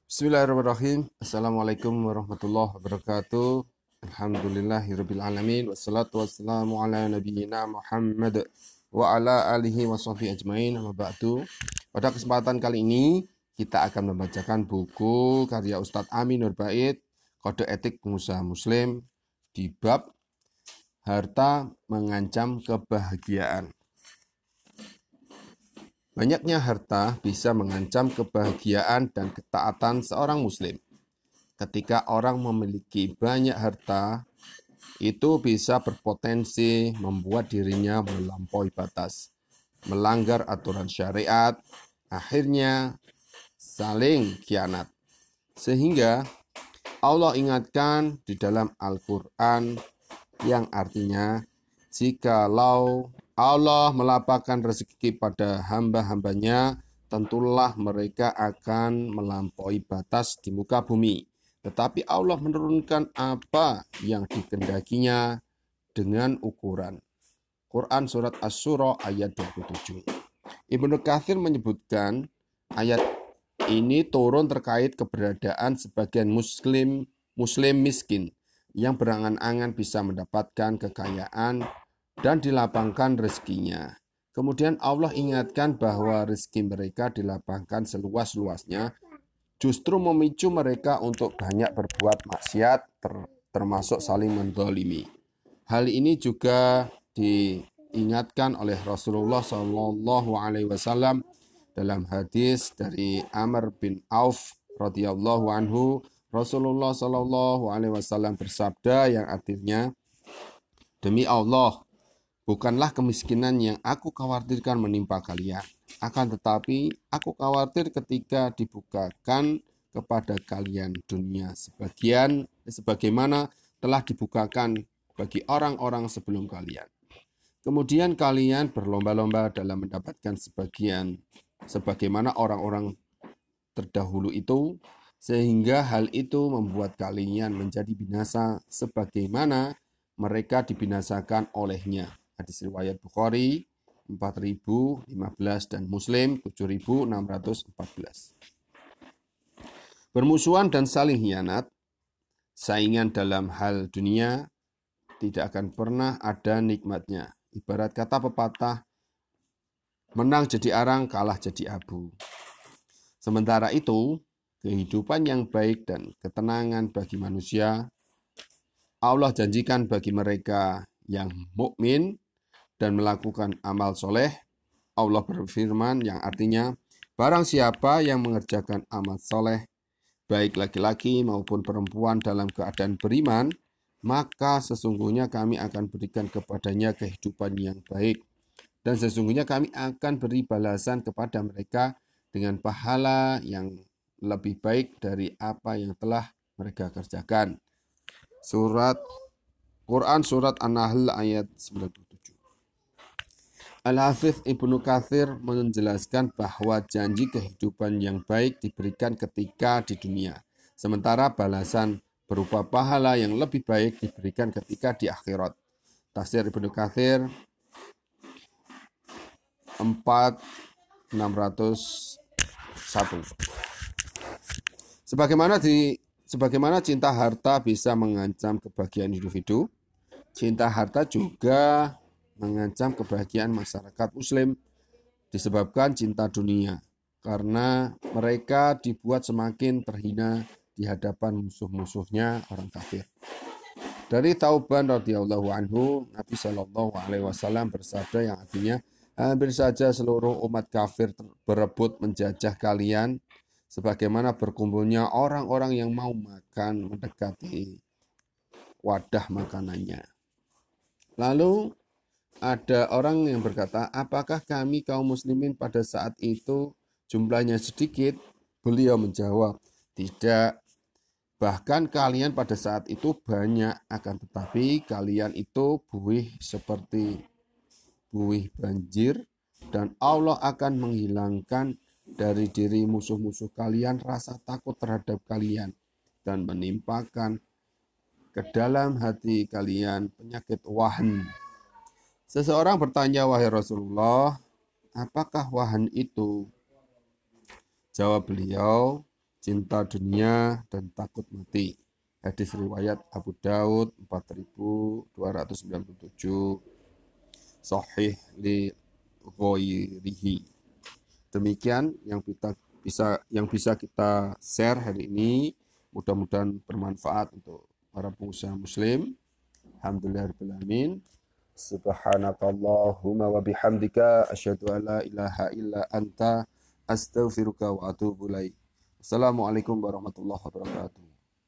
Bismillahirrahmanirrahim. Assalamualaikum warahmatullahi wabarakatuh. Alhamdulillahirabbil alamin wassalatu wassalamu ala nabiyyina Muhammad wa ala alihi washabihi ajmain. Amma ba'du. Pada kesempatan kali ini kita akan membacakan buku karya Ustadz Amin Nur Bait, Kode Etik Pengusaha Muslim di bab harta mengancam kebahagiaan. Banyaknya harta bisa mengancam kebahagiaan dan ketaatan seorang muslim. Ketika orang memiliki banyak harta, itu bisa berpotensi membuat dirinya melampaui batas, melanggar aturan syariat, akhirnya saling khianat. Sehingga Allah ingatkan di dalam Al-Quran yang artinya, jikalau Allah melapangkan rezeki pada hamba-hambanya, tentulah mereka akan melampaui batas di muka bumi. Tetapi Allah menurunkan apa yang dikehendakinya dengan ukuran. Quran Surat Asy-Syura ayat 27. Ibnu Katsir menyebutkan ayat ini turun terkait keberadaan sebagian muslim miskin yang berangan-angan bisa mendapatkan kekayaan dan dilapangkan rezekinya. Kemudian Allah ingatkan bahwa rezeki mereka dilapangkan seluas-luasnya, justru memicu mereka untuk banyak berbuat maksiat, termasuk saling mendolimi. Hal ini juga diingatkan oleh Rasulullah SAW dalam hadis dari Amr bin Auf radhiyallahu anhu. Rasulullah SAW bersabda yang artinya, demi Allah, bukanlah kemiskinan yang aku khawatirkan menimpa kalian. Akan tetapi aku khawatir ketika dibukakan kepada kalian dunia sebagaimana telah dibukakan bagi orang-orang sebelum kalian. Kemudian kalian berlomba-lomba dalam mendapatkan sebagian sebagaimana orang-orang terdahulu itu, sehingga hal itu membuat kalian menjadi binasa sebagaimana mereka dibinasakan olehnya. Hadis riwayat Bukhari 4015 dan Muslim 7614. Bermusuhan dan saling hianat, saingan dalam hal dunia tidak akan pernah ada nikmatnya. Ibarat kata pepatah, menang jadi arang, kalah jadi abu. Sementara itu, kehidupan yang baik dan ketenangan bagi manusia Allah janjikan bagi mereka yang mukmin dan melakukan amal soleh. Allah berfirman yang artinya, barang siapa yang mengerjakan amal soleh, baik laki-laki maupun perempuan dalam keadaan beriman, maka sesungguhnya kami akan berikan kepadanya kehidupan yang baik. Dan sesungguhnya kami akan beri balasan kepada mereka dengan pahala yang lebih baik dari apa yang telah mereka kerjakan. Quran Surat An-Nahl ayat 97. Al-Hafidz Ibnu Katsir menjelaskan bahwa janji kehidupan yang baik diberikan ketika di dunia, sementara balasan berupa pahala yang lebih baik diberikan ketika di akhirat. Tafsir Ibnu Katsir 4601. Sebagaimana cinta harta bisa mengancam kebahagiaan individu, cinta harta juga mengancam kebahagiaan masyarakat muslim disebabkan cinta dunia, karena mereka dibuat semakin terhina di hadapan musuh-musuhnya orang kafir. Dari Thauban radhiyallahu anhu, Nabi Shallallahu alaihi wasallam bersabda yang artinya, hampir saja seluruh umat kafir berebut menjajah kalian, sebagaimana berkumpulnya orang-orang yang mau makan mendekati wadah makanannya. Lalu ada orang yang berkata, apakah kami kaum muslimin pada saat itu jumlahnya sedikit? Beliau menjawab, tidak. Bahkan kalian pada saat itu banyak, akan tetapi kalian itu buih seperti buih banjir, dan Allah akan menghilangkan dari diri musuh-musuh kalian rasa takut terhadap kalian dan menimpakan ke dalam hati kalian penyakit wahan. Seseorang bertanya, wahai Rasulullah, apakah wahan itu? Jawab beliau, cinta dunia dan takut mati. Hadis riwayat Abu Daud 4297, sahih li ghairihi. Demikian yang bisa kita share hari ini. Mudah-mudahan bermanfaat untuk para pengusaha muslim. Alhamdulillahirabbil alamin. Subhanakallahumma wa bihamdika asyhadu an la ilaha illa anta astaghfiruka wa atubu ilaik. Assalamualaikum warahmatullahi wabarakatuh.